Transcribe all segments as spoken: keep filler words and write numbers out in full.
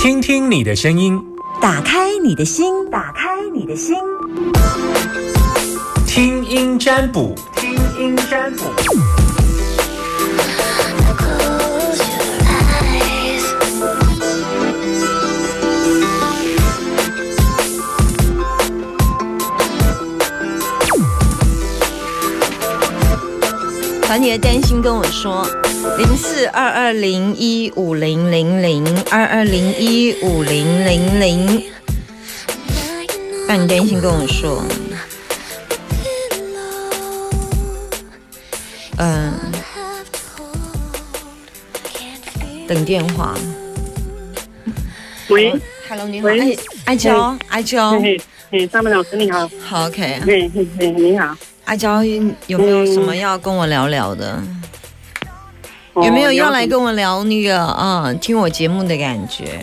听听你的声音， 打开你的心，打开你的心， 听音占卜，听音占卜。 团体的担心跟我说，零四二二零一五零零零二二零一五零零零，伴你担心跟我说，嗯、呃，等电话。 喂 ，Hello， 你好，哎，阿娇，阿娇， 嘿，嘿，张明老师你好， 好 ，OK， 嘿嘿嘿，你好。 阿娇有没有什么要跟我聊聊的？嗯、有没有要来跟我聊那个啊？听我节目的感觉？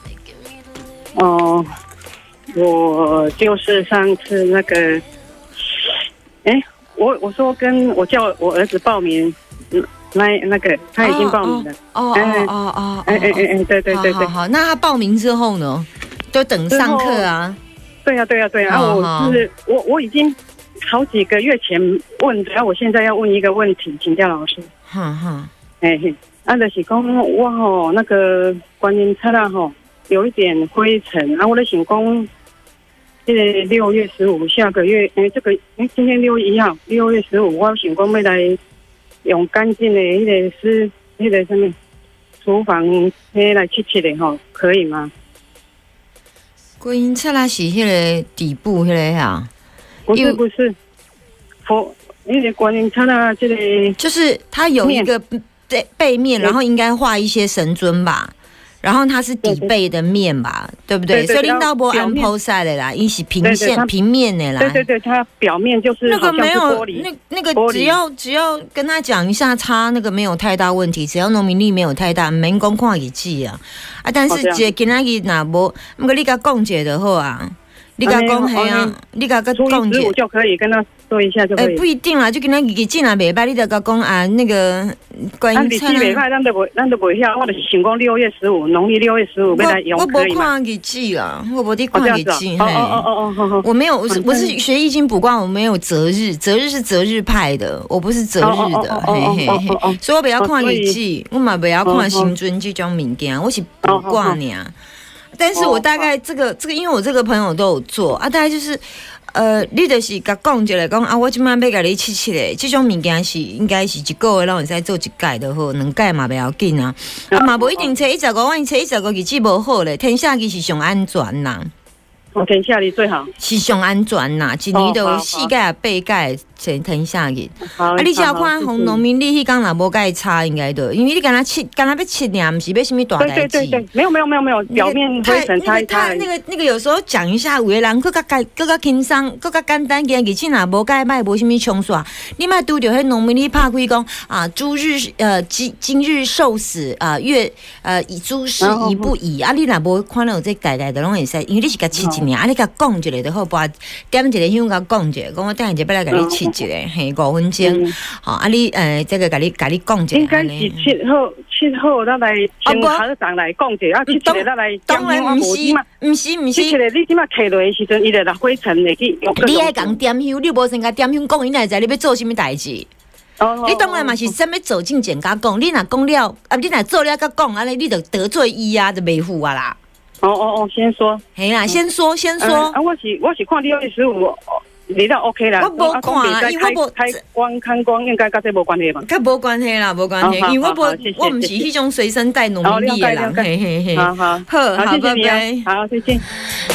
哦，我就是上次那个，哎，我我说跟我叫我儿子报名，那那个他已经报名了。 哦哦哦哦， 哎哎哎哎，对对对对。 好好，那他报名之后呢？都等上课啊？ 对呀对呀对呀，我是我我已经。好几个月前问的，然后我现在要问一个问题，请教老师。 哼哼， 哎嘿，啊，就是讲我吼那个观音车啦吼，有一点灰尘，啊，我在想讲，这个六月十五下个月，哎，这个哎，今天六月一号，六月十五，我想讲要来用干净的那个是那个什么厨房那来切切的吼，可以吗？ 观音车啦是那个底部那个呀。 不是不是，佛那个观音车啦，这个就是它有一个背背面，然后应该画一些神尊吧，然后它是底背的面吧，对不对？对对对，所以领导不按剖晒的啦，一是平线平面的啦。 对对对，它表面就是那个没有玻璃， 那那个只要只要跟他讲一下，擦那个没有太大问题，只要农民力没有太大，免讲看日记啊啊！但是这今仔日若无，不过你甲讲者就好啊。你甲讲系啊，你甲甲讲解，就可以跟他说一下就可以。 哎、欸，不一定啦，就跟他日记若袂歹，你就甲讲啊，那个观音车。 日记袂歹，咱都袂，咱都袂晓。我就是想讲六月十五，农历六月十五要来用， 我可以吗？ 我无看日记啦，我无伫看日记。 哦哦哦哦哦， 我没有，我是我是学易经卜卦，我没有择日，择日是择日派的，我不是择日的，嘿嘿嘿。所以我不要看日记，我嘛不要看星尊这种物件，我是卜卦尔。但是我大概这个这个，因为我这个朋友都有做啊，大概就是，呃，你就是甲讲一下讲啊，我今晚要甲你切切嘞，这种物件是应该是一个月，让你再做一届就好，两届嘛不要紧啊，啊嘛不一定找一十个，万一找一十个日子无好嘞，天下期是上安全啦。 哦，天下里最好是上安全啦，一年就四届八届才天下日。啊，你只要看红农民，你迄天若无甲伊擦，应该的，因为你敢若切，敢若要切尔，不是要什么大代志。 对对对对，没有没有没有没有，表面灰尘擦一擦。 那个那个有时候讲一下，有的人更加简更加轻松，更加简单，今日若无甲伊歹，无什么冲煞。你莫拄着迄农民，你拍开讲啊，诸日呃今今日受死啊，月呃以诸事宜不宜啊，你若无看到这改改的拢会使，因为你是甲切一。啊！你甲讲一下就好，把点一个香甲讲一下，讲我等下就要来甲你切一个，嘿，五分钟。好，啊你呃，这个甲你甲你讲一下。 应该是切好，切好，咱来先合掌来讲一下，啊，切一个咱来。 当然毋是，毋是，毋是。 切一个你即马摕落的时阵，伊就来灰尘会去。 你爱讲点香，你无先甲点香讲，伊哪知你要做什么代志？哦，你当然嘛是先要走进前甲讲，你若讲了，啊，你若做了甲讲，安尼你就得罪伊啊，就袂赴啊啦。 哦哦哦，先说， 嘿啦，先说先说。 啊，我是我是看六月十五，你都 OK 啦。 我无看啊，因为我无开光看光，应该跟这无关系吧？ 跟无关系啦，无关系，因为我无我唔是迄种随身带农民力的人，嘿嘿嘿。 好好好，好，拜拜。 好，谢谢。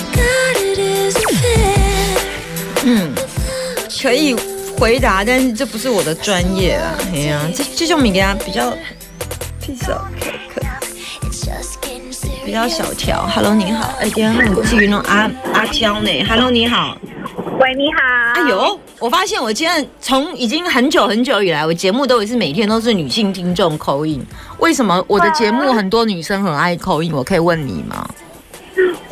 嗯，可以回答，但是这不是我的专业啦。哎呀，这这种物件比较披萨可可。比较小条 ，Hello 你好，哎，今天很至于那种阿阿娇呢 ，Hello 你好， 喂你好， 哎呦，我发现我今天从已经很久很久以来，我节目都是每天都是女性听众call in，为什么我的节目很多女生很爱call in？我可以问你吗？ 为为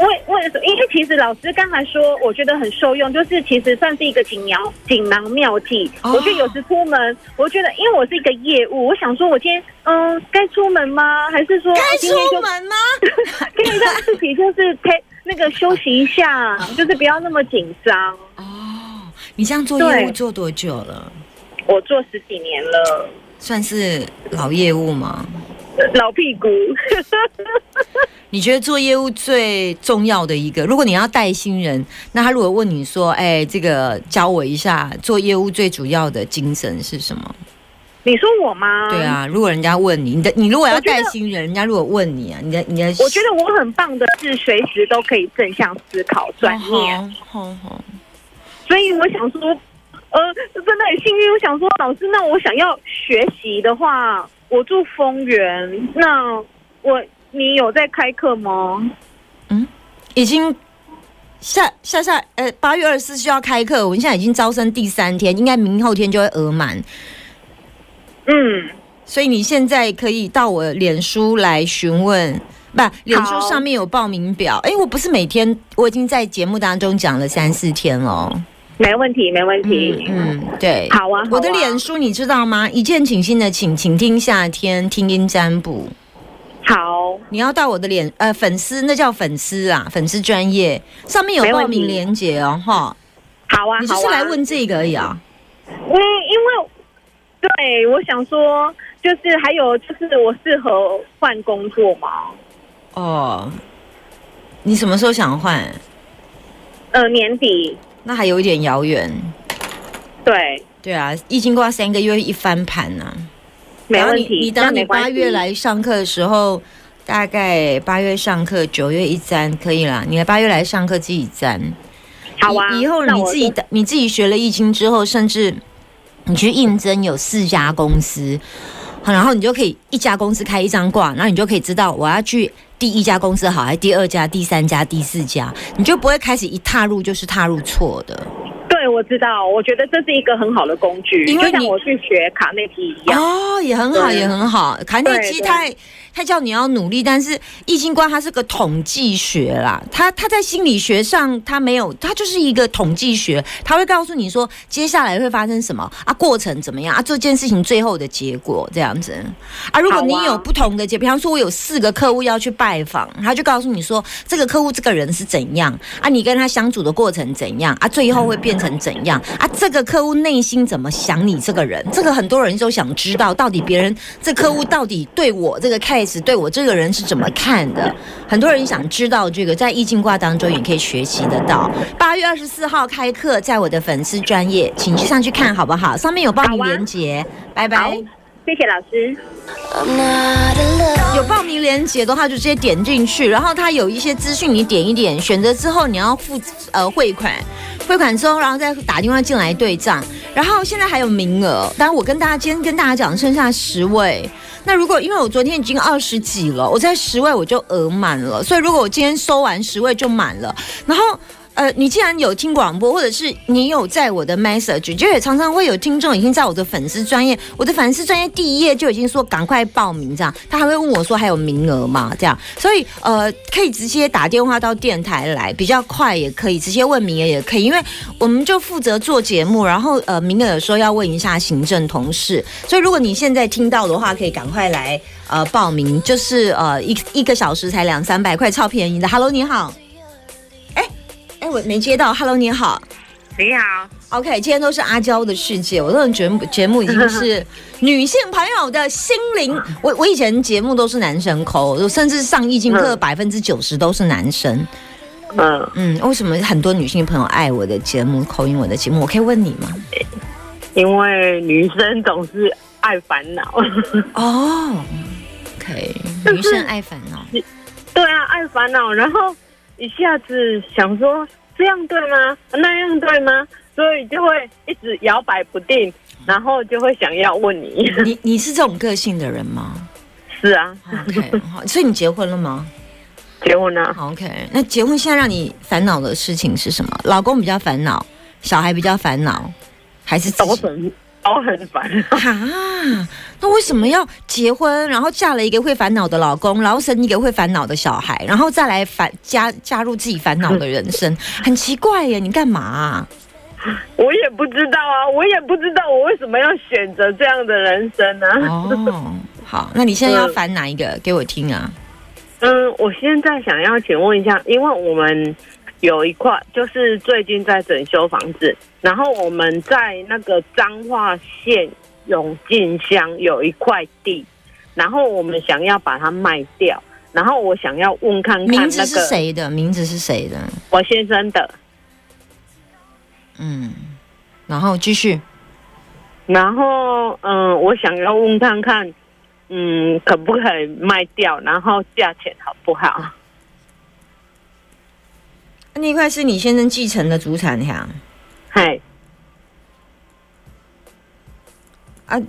那时候，因为其实老师刚才说，我觉得很受用，就是其实算是一个锦囊锦囊妙计。哦、我觉得有时出门，我觉得因为我是一个业务，我想说我今天嗯该出门吗？还是说该出门吗？ 可以让自己就是可以那个休息一下，就是不要那么紧张。 哦，你这样做业务做多久了？ 我做十几年了， 算是老业务吗？ 老屁股。 你觉得做业务最重要的一个，如果你要带新人，那他如果问你说，哎，这个教我一下，做业务最主要的精神是什么？ 你说我吗？ 对啊，如果人家问你，你的你如果要带新人，人家如果问你啊，你的你的， 我觉得我很棒的是随时都可以正向思考、转念。 好好。 所以我想说，呃，真的很幸运。我想说，老师，那我想要学习的话，我住丰原，那我。你有在开课吗？ 嗯，已经下下下呃八月二十四就要开课，我们现在已经招生第三天，应该明后天就会额满。嗯，所以你现在可以到我脸书来询问，不，脸书上面有报名表。哎，我不是每天，我已经在节目当中讲了三四天了。 没问题，没问题。 嗯，嗯对， 好啊。好啊我的脸书你知道吗？一见倾心的请，请听夏天听音占卜。 好， 你要到我的脸呃粉丝，那叫粉丝啊，粉丝专页上面有报名连结哦，哈。 好啊， 你就是来问这个而已啊。 嗯，因为对我想说，就是还有就是我适合换工作吗？ 哦，你什么时候想换？ 呃，年底。 那还有一点遥远。 对。 对啊，易经卦三个月一翻盘啊。 没问题。 你当你八月来上课的时候，大概八月上课，九月一占可以啦。你八月来上课自己占。 好啊。 以后你自己你自己学了易经之后，甚至你去应征有四家公司，然后你就可以一家公司开一张卦，然后你就可以知道我要去第一家公司好，还是第二家、第三家、第四家，你就不会开始一踏入就是踏入错的。 对，我知道，我觉得这是一个很好的工具，因为就像我去学卡内基一样。 哦，也很好，也很好。卡内基它它叫你要努力，但是易经卦它是个统计学啦，它它在心理学上它没有，它就是一个统计学，它会告诉你说接下来会发生什么啊，过程怎么样啊，这件事情最后的结果这样子啊。如果你有不同的结，比方说我有四个客户要去拜访，他就告诉你说这个客户这个人是怎样啊，你跟他相处的过程怎样啊，最后会变成怎样啊，这个客户内心怎么想你这个人，这个很多人都想知道，到底别人这客户到底对我这个 case 对我这个人是怎么看的，很多人想知道这个，在易经卦当中也可以学习得到。八月二十四号开课，在我的粉丝专页，请去上去看好不好？上面有报名连结，拜拜。 谢谢老师。 有报名连结的话，就直接点进去，然后它有一些资讯，你点一点，选择之后你要付呃汇款，汇款之后，然后再打电话进来对账。然后现在还有名额，当然我跟大家今天跟大家讲，剩下十位。那如果因为我昨天已经二十几了，我在十位我就额满了，所以如果我今天收完十位就满了，然后。呃，你既然有听广播，或者是你有在我的 message， 就也常常会有听众已经在我的粉丝专页，我的粉丝专页第一页就已经说赶快报名这样，他还会问我说还有名额吗？这样，所以呃，可以直接打电话到电台来，比较快也可以，直接问名额也可以，因为我们就负责做节目，然后呃，名额有时候要问一下行政同事，所以如果你现在听到的话，可以赶快来呃报名，就是呃一一个小时才两三百块，超便宜的。Hello， 你好。哎，我没接到 ，Hello， 你好， 你好 ，OK， 今天都是阿娇的世界，我这种节目节目已经是女性朋友的心灵。我我以前节目都是男生口，甚至上易经课百分之九十都是男生。嗯嗯，为什么很多女性朋友爱我的节目，口音我的节目？我可以问你吗？ 因为女生总是爱烦恼。 哦 ，OK， 女生爱烦恼。 对啊，爱烦恼，然后。一下子想说这样对吗？那样对吗？所以就会一直摇摆不定，然后就会想要问你。 你你是这种个性的人吗？ 是啊。 OK， 好，所以你结婚了吗？ 结婚了。 OK， 那结婚现在让你烦恼的事情是什么？老公比较烦恼，小孩比较烦恼，还是自己？ 都很烦啊。那为什么要结婚，然后嫁了一个会烦恼的老公，然后生一个会烦恼的小孩，然后再来烦加加入自己烦恼的人生？很奇怪耶，你干嘛啊？ 我也不知道啊，我也不知道我为什么要选择这样的人生呢、啊？ 哦，好，那你现在要烦哪一个？嗯、给我听啊。 嗯，我现在想要请问一下，因为我们有一块就是最近在整修房子，然后我们在那个彰化县永靖乡有一块地，然后我们想要把它卖掉，然后我想要问看看、那个、 名字是谁的？名字是谁的？ 我先生的。 嗯，然后继续。 然后嗯、呃，我想要问看看，嗯，可不可以卖掉？然后价钱好不好？ 那一块是你先生继承的祖产呀？ 嘿， 啊，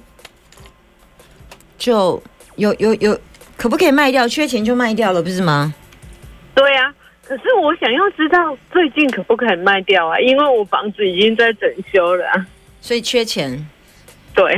就有有有，可不可以卖掉？缺钱就卖掉了，不是吗？ 对呀、啊。可是我想要知道最近可不可以卖掉啊？因为我房子已经在整修了、啊， 所以缺钱。 对，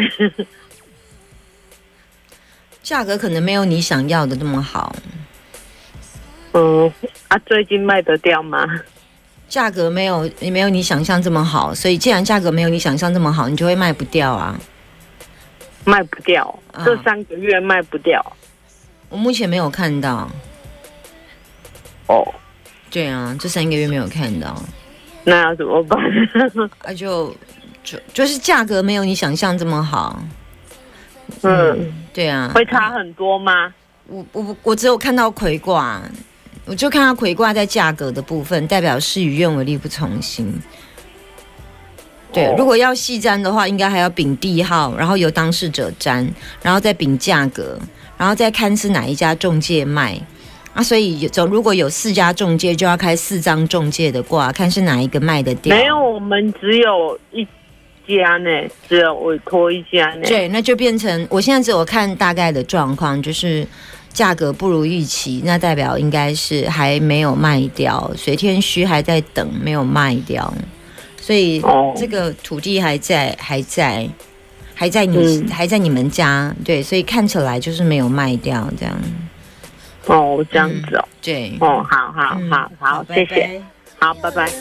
价格可能没有你想要的那么好。 嗯，啊，最近卖得掉吗？ 价格没有没有你想象这么好，所以既然价格没有你想象这么好，你就会卖不掉啊。 卖不掉， 啊、 这三个月卖不掉。 我目前没有看到。 哦。 对啊，这三个月没有看到， 那要怎么办？ 啊就，就就就是价格没有你想象这么好。 嗯， 嗯对啊。 会差很多吗？ 我我我只有看到魁卦，我就看到魁卦在价格的部分，代表事与愿违，力不从心。对，哦、如果要细占的话，应该还要禀地号，然后由当事者占，然后再禀价格，然后再看是哪一家中介卖。啊，所以有如果有四家中介，就要开四张中介的卦，看是哪一个卖得掉。 没有，我们只有一家呢，只有委托一家呢。 对，那就变成我现在只有看大概的状况，就是价格不如预期，那代表应该是还没有卖掉，水天虚还在等，没有卖掉，所以这个土地还在，还在，还在你、嗯、还在你们家，对，所以看起来就是没有卖掉这样。 哦，这样子哦， 嗯、对， 哦，好好好好，谢谢，好，拜拜。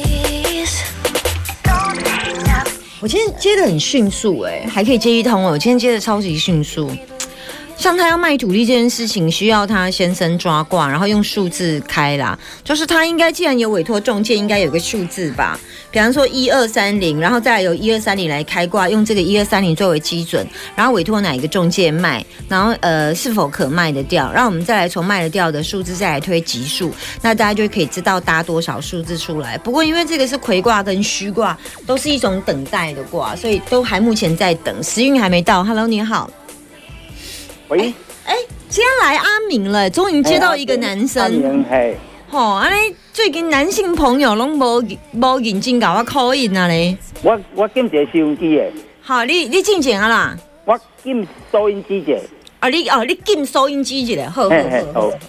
我今天接的很迅速哎、欸，还可以接一通哦，我今天接的超级迅速。像他要卖土地这件事情，需要他先生抓卦，然后用数字开啦。就是他应该既然有委托中介，应该有个数字吧？比方说一二三零，然后再来由一二三零来开卦，用这个一二三零作为基准，然后委托哪一个中介卖，然后呃是否可卖得掉，然后我们再来从卖得掉的数字再来推级数，那大家就可以知道搭多少数字出来。不过因为这个是魁卦跟虚卦，都是一种等待的卦，所以都还目前在等，时运还没到。Hello， 你好。 喂， 哎、欸，接来阿明了，终于接到一个男生。阿明，嘿， 吼，安尼最近男性朋友拢无无认真甲我 call in 啊咧。 我我进一个收音机的。 好，你你进前啊啦。 我进收音机的。 啊，你哦，你进收音机一个，好好好好。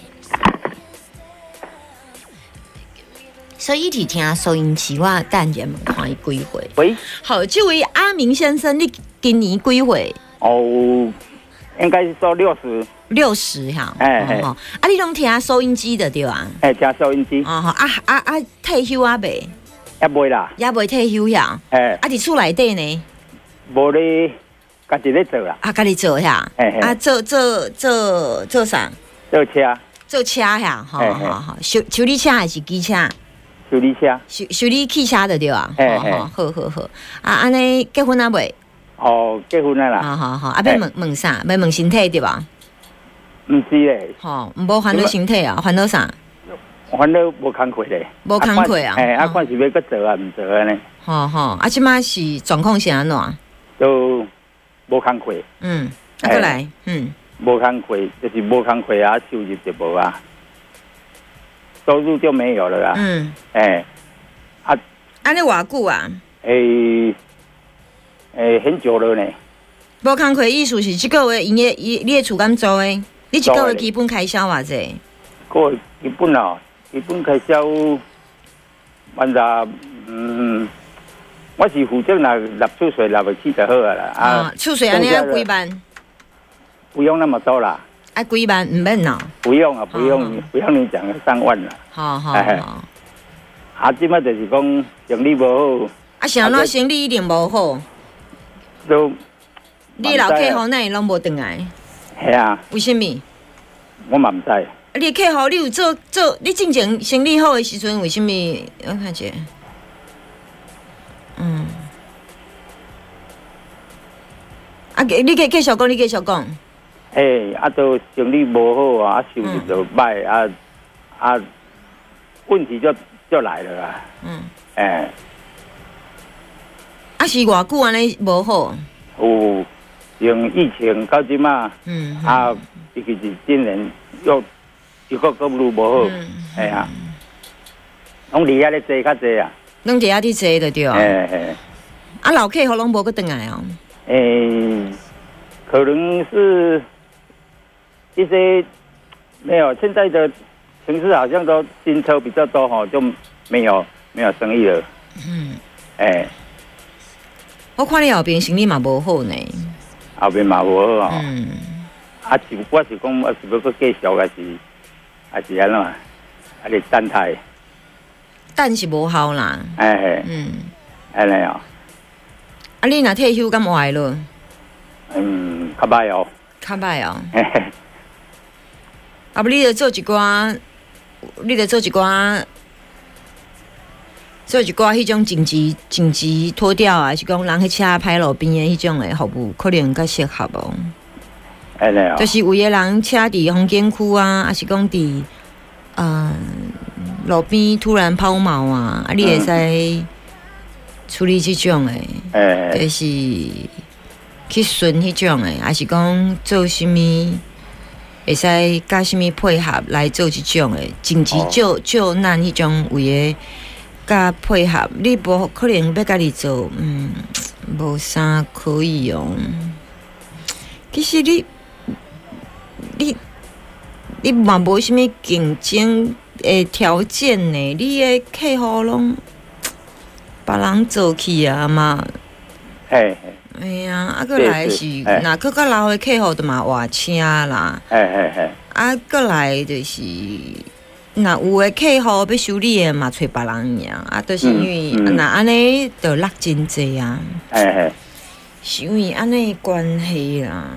所以一起听收音机，我等下问看伊几岁。 喂， 好，这位阿明先生，你今年几岁？ 哦。应该是说六十， 六十哈， 哎哎， 啊，你拢听收音机的对吧？ 哎，听收音机。 哦，啊啊啊，退休啊未？ 也未啦， 也未退休呀。哎，啊，伫厝内底呢？ 无咧，家己咧做啦。 啊，家己做呀。哎啊，做做做做啥？ 做车。 做车呀，好好好，修修理车还是机车？ 修理车。 修修理汽车的对吧？ 哎好好好好。啊，安尼结婚啊未？ 哦，结婚了啦！ 好好好，啊，要问问啥？要问身体对吧？ 唔是嘞， 吼，唔无烦恼身体啊，烦恼啥？ 烦恼无工课嘞， 无工课啊！ 哎，啊，看是要搁做啊，唔做啊呢？ 吼吼，啊，即摆是状况是安怎？ 都无工课。 嗯，啊，过来，嗯， 无工课就是无工课啊，收入就无啊，收入就没有了啦。 嗯， 哎，啊， 安尼偌久啊？ 诶。诶、欸，很久了呢。 无工课意思是这个月营业，你的厝敢租的？你一个月基本开销偌济？ 个基本啊，基本开销，万啥嗯我是负责拿纳出水纳不起就好啦。 啊，出水安尼要几万？ 不用那么多啦。 啊，几万唔免咯？ 不用啊，不用，不用你讲三万啦。 好好好。 啊，即摆就是讲生理无好。 啊，啥那生理一定无好。 都。 你老客户那拢无转来？ 系啊。 为什么？ 我嘛唔知。 你客户你有做做，你之前生理好的时阵，为什么？我看下。嗯。啊，你继继续讲，你继续讲。 诶，啊，都生理无好啊，收入就歹啊啊，问题就就来了啦。嗯。诶。啊， 是偌久安尼无好？ 有，从疫情到即嘛，嗯，啊，尤其是今年又又个个愈无好，系啊，拢伫遐咧坐较济啊， 拢伫遐伫坐就对啊。 诶诶， 啊，老客户拢无去转来哦。 诶，可能是一些没有，现在的城市好像都新车比较多哈，就没有没有生意了。嗯，诶。 我看你后边生理嘛无好呢， 后边嘛无好啊。嗯，啊是我是讲，我是要去继续，还是还是安怎？还是等待？ 等是无效啦。 哎，嗯，安尼哦。 啊，你若退休敢坏咯？ 嗯，较歹哦。 较歹哦。啊，不，你着做一寡，你着做一寡。做一寡迄种紧急紧急脱掉啊，是讲人去车歹路边的迄种的服务，可能较适合无。 哎呀， 就是有的人车伫风景区啊，还是讲伫呃路边突然抛锚啊，啊，你会使处理这种的，嗯、就是去顺迄种的，还是讲做什么？会使甲什么配合来做这种的紧急救、哦、救难迄种有的。甲配合，你无可能要家己做，嗯，无啥可以哦。其实你，你，你嘛无啥物竞争的条件呢？你的客户拢别人做去啊嘛。 嘿。 哎呀，啊，过来是，若佫较老的客户就嘛换车啦。嘿嘿嘿。啊，过来就是。那有诶客户要修理诶嘛，找别人呀，啊，就是因为那安尼就落真济啊，哎是因为安尼关系啦。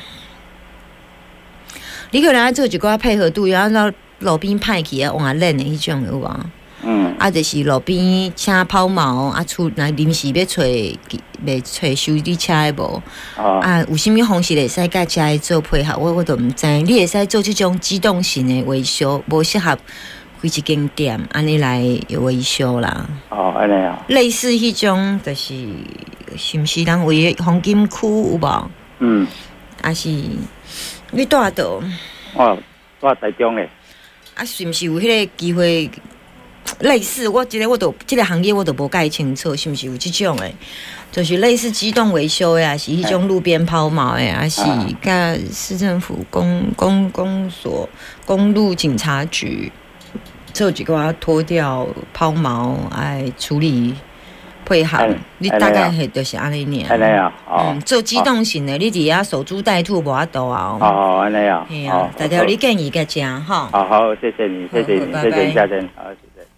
你可能要做一寡配合度，然后到路边派去啊，换练诶迄种有无？嗯，啊，就是路边车抛锚啊，出来临时要找要找修理车诶无？哦、啊，有啥物方式会使甲车做配合？我我都毋知。你会使做这种机动型诶维修，无适合开一间店安尼来维修啦。哦，安尼啊。类似迄种，就是是毋是人为黄金区有无？嗯，啊是你住倒？ 哦，住台中诶。 啊，是毋是有迄个机会？类似我这个我都这个行业我都无介清楚，是不是有这种诶？就是类似机动维修呀，是一种路边抛锚诶，还是甲市政府公公公所、公路警察局做一个脱掉抛锚来处理配合。你大概系就是安尼尔。安尼啊，嗯，做机动型的，你伫遐守株待兔无法度啊。 哦，安尼啊。 系啊，大家你建议个正哈。 好好，谢谢你，谢谢你，谢谢家人，好。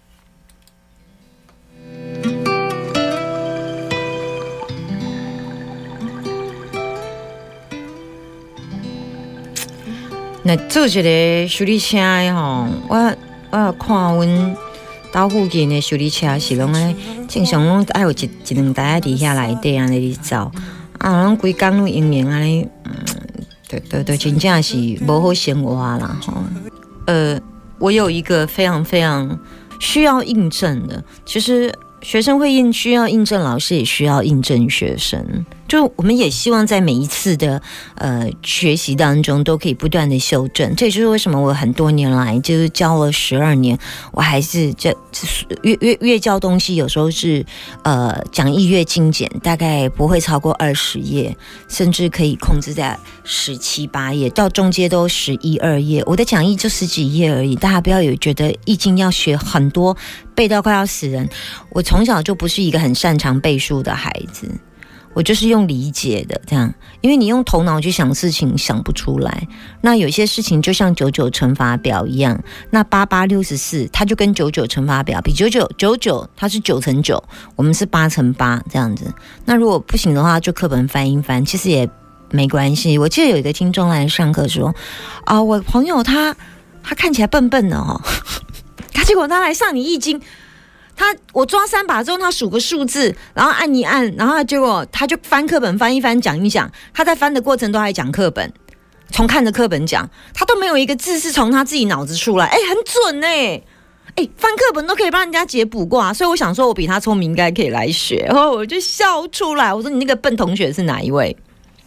那做一个修理车的吼，我我看阮岛附近的修理车是拢诶，正常拢爱有一一两台伫遐内底安尼走，啊，拢规工拢营营安尼，嗯，对对对，真正是无好生活啦吼。呃，我有一个非常非常需要印证的，其实学生会印需要印证老师，也需要印证学生。 就我们也希望在每一次的呃学习当中都可以不断的修正，这也就是为什么我很多年来就是教了十二年，我还是这越越越教东西，有时候是呃讲义越精简，大概不会超过二十页，甚至可以控制在十七八页，到中间都十一二页。我的讲义就十几页而已，大家不要有觉得易经要学很多，背到快要死人。我从小就不是一个很擅长背书的孩子。我就是用理解的这样，因为你用头脑去想事情想不出来。那有些事情就像九九乘法表一样，那八八六十四，它就跟九九乘法表比，九九九九它是九乘九，我们是八乘八这样子。那如果不行的话，就课本翻一翻，其实也没关系。我记得有一个听众来上课说，啊、呃，我朋友他他看起来笨笨的哦，他结果他来上你易经。他我抓三把之后，他数个数字，然后按一按，然后结果他就翻课本翻一翻讲一讲。他在翻的过程都还讲课本，从看着课本讲，他都没有一个字是从他自己脑子出来，哎，很准哎，哎，翻课本都可以帮人家解卜卦，所以我想说我比他聪明，应该可以来学。然后我就笑出来，我说你那个笨同学是哪一位？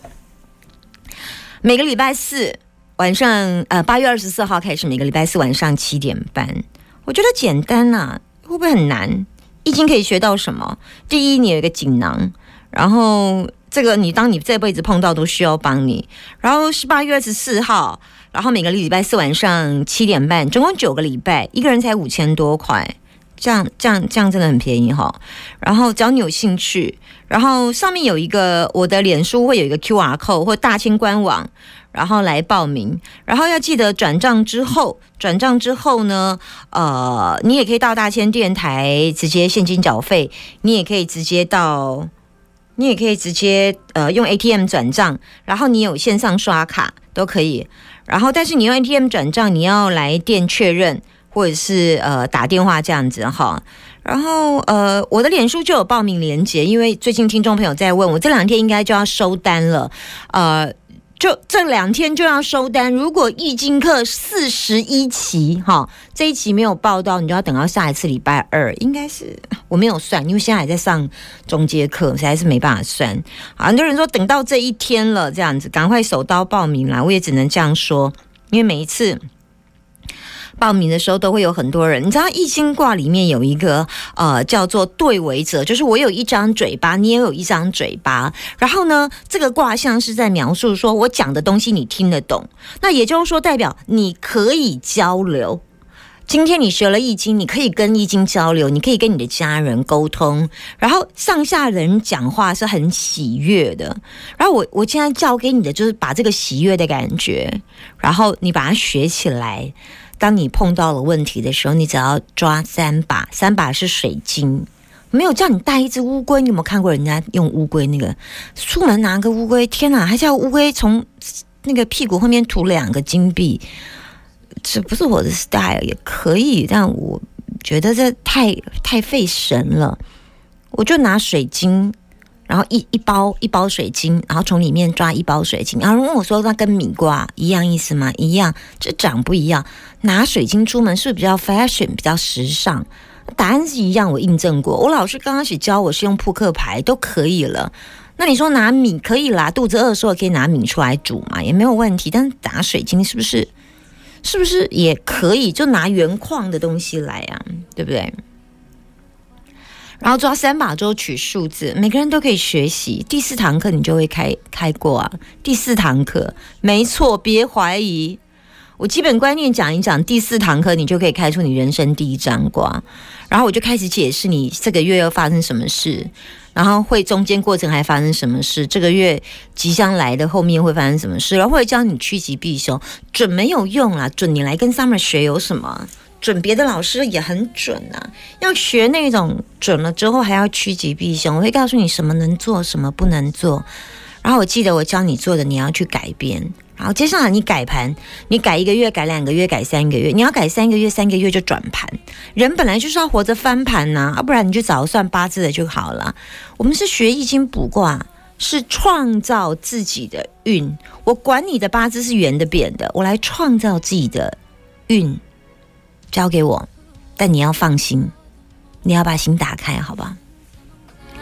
每个礼拜四晚上，呃，八月二十四号开始，每个礼拜四晚上七点半，我觉得简单啊。会不会很难？易经可以学到什么？第一，你有一个锦囊，然后这个你当你这辈子碰到都需要帮你。然后是八月二十四号，然后每个礼拜四晚上七点半，总共九个礼拜，一个人才五千多块，这样这样这样真的很便宜哈。然后只要你有兴趣，然后上面有一个我的脸书会有一个 Q R code 或大千官网。然后来报名，然后要记得转账之后，转账之后呢，呃，你也可以到大千电台直接现金缴费，你也可以直接到，你也可以直接呃用 A T M 转账，然后你有线上刷卡都可以，然后但是你用 A T M 转账，你要来电确认或者是呃打电话这样子哈。然后呃，我的脸书就有报名连结，因为最近听众朋友在问我，这两天应该就要收单了，呃。就这两天就要收单，如果易经课四十一期哈，这一期没有报到，你就要等到下一次礼拜二，应该是我没有算，因为现在还在上中阶课，实在是没办法算。好，很多人说等到这一天了，这样子赶快手刀报名啦，我也只能这样说，因为每一次报名的时候都会有很多人，你知道易经卦里面有一个呃叫做对为者，就是我有一张嘴巴，你也有一张嘴巴，然后呢这个卦象是在描述说我讲的东西你听得懂，那也就是说代表你可以交流。今天你学了易经，你可以跟易经交流，你可以跟你的家人沟通，然后上下人讲话是很喜悦的。然后我我现在教给你的就是把这个喜悦的感觉，然后你把它学起来。当你碰到了问题的时候，你只要抓三把，三把是水晶，没有叫你带一只乌龟。你有没有看过人家用乌龟那个出门拿个乌龟？天哪，还叫乌龟从那个屁股后面吐两个金币？这不是我的 style， 也可以，但我觉得这太太费神了。我就拿水晶。然后一一包一包水晶，然后从里面抓一包水晶，然后问我说那跟米卦一样意思吗？一样，这长不一样。拿水晶出门是不是比较 fashion 比较时尚？答案是一样，我印证过。我老师刚开始教我是用扑克牌都可以了。那你说拿米可以啦，肚子饿的时候可以拿米出来煮嘛，也没有问题。但是拿水晶是不是是不是也可以？就拿原矿的东西来啊，对不对？然后抓三把之后取数字，每个人都可以学习。第四堂课你就会开开过啊，第四堂课没错，别怀疑。我基本观念讲一讲，第四堂课你就可以开出你人生第一张卦。然后我就开始解释你这个月要发生什么事，然后会中间过程还发生什么事，这个月即将来的后面会发生什么事，然后会教你趋吉避凶。准没有用啦，准你来跟 Summer 学有什么？准别的老师也很准啊，要学那种准了之后还要趋吉避凶，我会告诉你什么能做什么不能做，然后我记得我教你做的你要去改变，然后接下来你改盘，你改一个月改两个月改三个月，你要改三个月三个月就转盘，人本来就是要活着翻盘啊，啊不然你就找算八字的就好了。我们是学易经卜卦，是创造自己的运，我管你的八字是圆的扁的，我来创造自己的运，交给我，但你要放心，你要把心打开，好吧？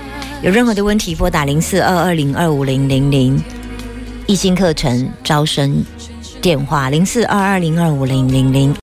有任何的问题，拨打零四二二零二五零零零，易经课程招生电话零四二二零二五零零零。